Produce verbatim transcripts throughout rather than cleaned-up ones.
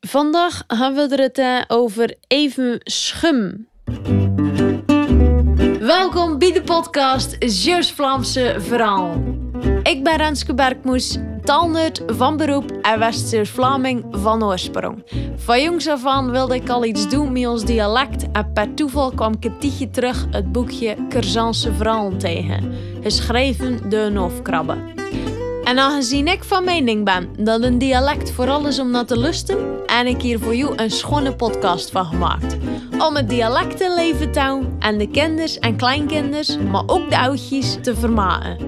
Vandaag hebben we het uh, over even schum. Welkom bij de podcast Zeeuws-Vlaamse Verhaal. Ik ben Renske Berkmoes, taalnerd van beroep en West-Zeeuws-Vlaming van oorsprong. Van jongs af aan wilde ik al iets doen met ons dialect en per toeval kwam ik een tijdje terug het boekje Curzantse Verhalen tegen, geschreven door een hoofdkrabbe. En aangezien ik van mening ben dat een dialect vooral is om naar te lusten, heb ik hier voor jou een schone podcast van gemaakt. Om het dialect in leven te houden en de kinders en kleinkinders, maar ook de oudjes, te vermaken.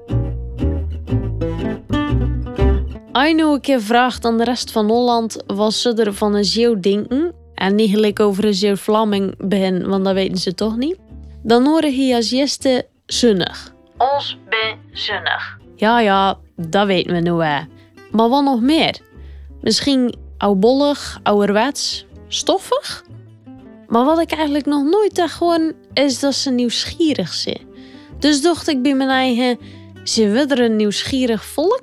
Als je nu een keer vraagt aan de rest van Holland wat ze er van een Zeeuw denken, en niet gelijk over een Zeeuw-Vlaming begin, want dat weten ze toch niet, dan horen je als eerste zonnig. Ons ben zonnig. Ja, ja, dat weten we nu wel. Maar wat nog meer? Misschien oudbollig, ouderwets, stoffig? Maar wat ik eigenlijk nog nooit heb gehoord, is dat ze nieuwsgierig zijn. Dus dacht ik bij mijn eigen, zijn we er een nieuwsgierig volk?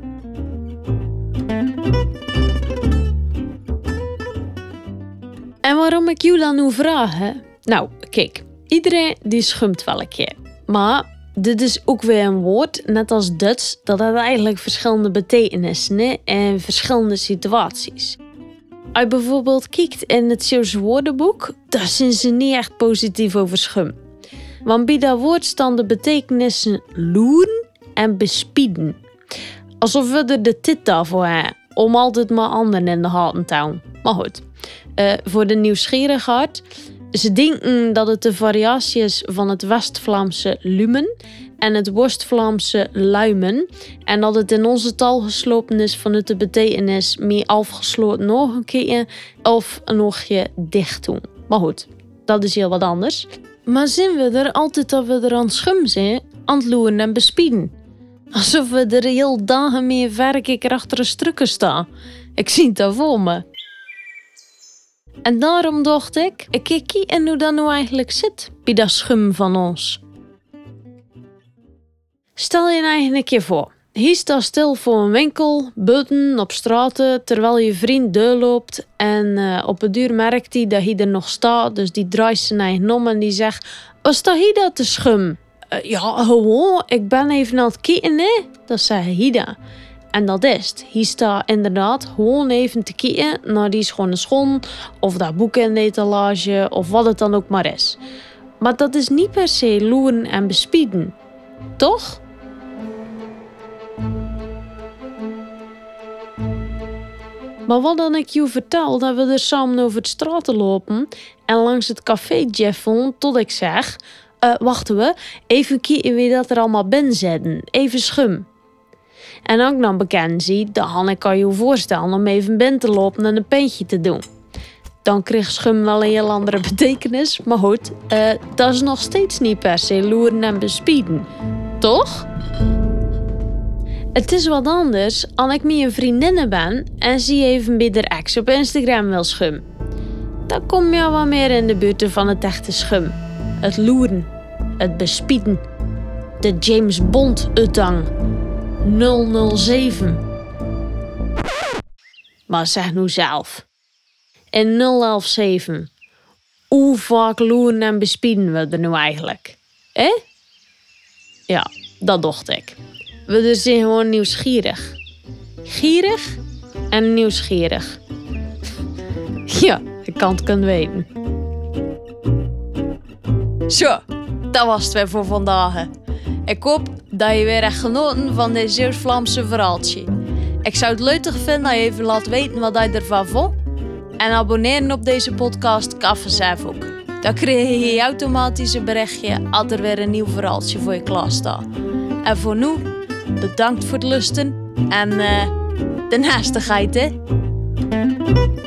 En waarom ik jullie dan nu vraag? Nou, kijk, iedereen die schumt wel een keer. Maar dit is ook weer een woord, net als Duits, dat heeft eigenlijk verschillende betekenissen en verschillende situaties. Als je bijvoorbeeld kijkt in het Zeeuwse woordenboek, daar zijn ze niet echt positief over schum. Want bij dat woord staan de betekenissen loeren en bespieden. Alsof we er de tit daarvoor hebben, om altijd maar anderen in de gaten te houden. Maar goed, uh, voor de nieuwsgierigheid. Ze denken dat het de variatie is van het West-Vlaamse lumen en het Oost-Vlaamse luimen. En dat het in onze taal geslopen is vanuit de betekenis met afgesloten ogen kijken of een oogje dicht doen. Maar goed, dat is heel wat anders. Maar zien we er altijd dat we er aan schum zijn, aan het loeren en bespieden? Alsof we er heel dagen mee verkeer achter een strukken staan. Ik zie het daar voor me. En daarom dacht ik, ik kijk en hoe dat nou eigenlijk zit bij dat schum van ons. Stel je nou een keer voor. Hier staat stil voor een winkel, buiten, op straten, terwijl je vriend doorloopt. En uh, op een duur merkt hij dat hij er nog staat. Dus die draait zijn eigen om en die zegt, wat staat hier dat te schum? Uh, ja, gewoon, ik ben even aan het kijken, hè. Dat zei hij dan. En dat is het. Hier staat inderdaad gewoon even te kijken naar die schone schoen of dat boek in de etalage of wat het dan ook maar is. Maar dat is niet per se loeren en bespieden. Toch? Maar wat dan ik je vertel dat we er samen over de straten lopen en langs het café jeffelen tot ik zeg, uh, wachten we, even kijken wie dat er allemaal binnen zitten. Even schum. En als ik dan bekend zie, dan kan je je voorstellen om even binnen te lopen en een pintje te doen. Dan kreeg schum wel een heel andere betekenis, maar goed, uh, dat is nog steeds niet per se loeren en bespieden. Toch? Het is wat anders als ik met een vriendinnen ben en zie even bij de ex op Instagram wil schum. Dan kom je wat meer in de buurt van het echte schum. Het loeren, het bespieden, de James Bond utang. nul nul zeven. Maar zeg nu zelf. In nul elf zeven. Hoe vaak loeren en bespieden we er nu eigenlijk? Hé? Ja, dat dacht ik. We zijn gewoon nieuwsgierig. Gierig en nieuwsgierig. Ja, ik kan het kunnen weten. Zo, dat was het weer voor vandaag. Ik hoop dat je weer hebt genoten van dit Zeeuws-Vlaamse verhaaltje. Ik zou het leuk vinden dat je even laat weten wat je ervan vond. En abonneren op deze podcast kan vanzelf ook. Dan krijg je automatisch een berichtje als er weer een nieuw verhaaltje voor je klaar staat. En voor nu, bedankt voor het luisteren en uh, de naastigheid, hè.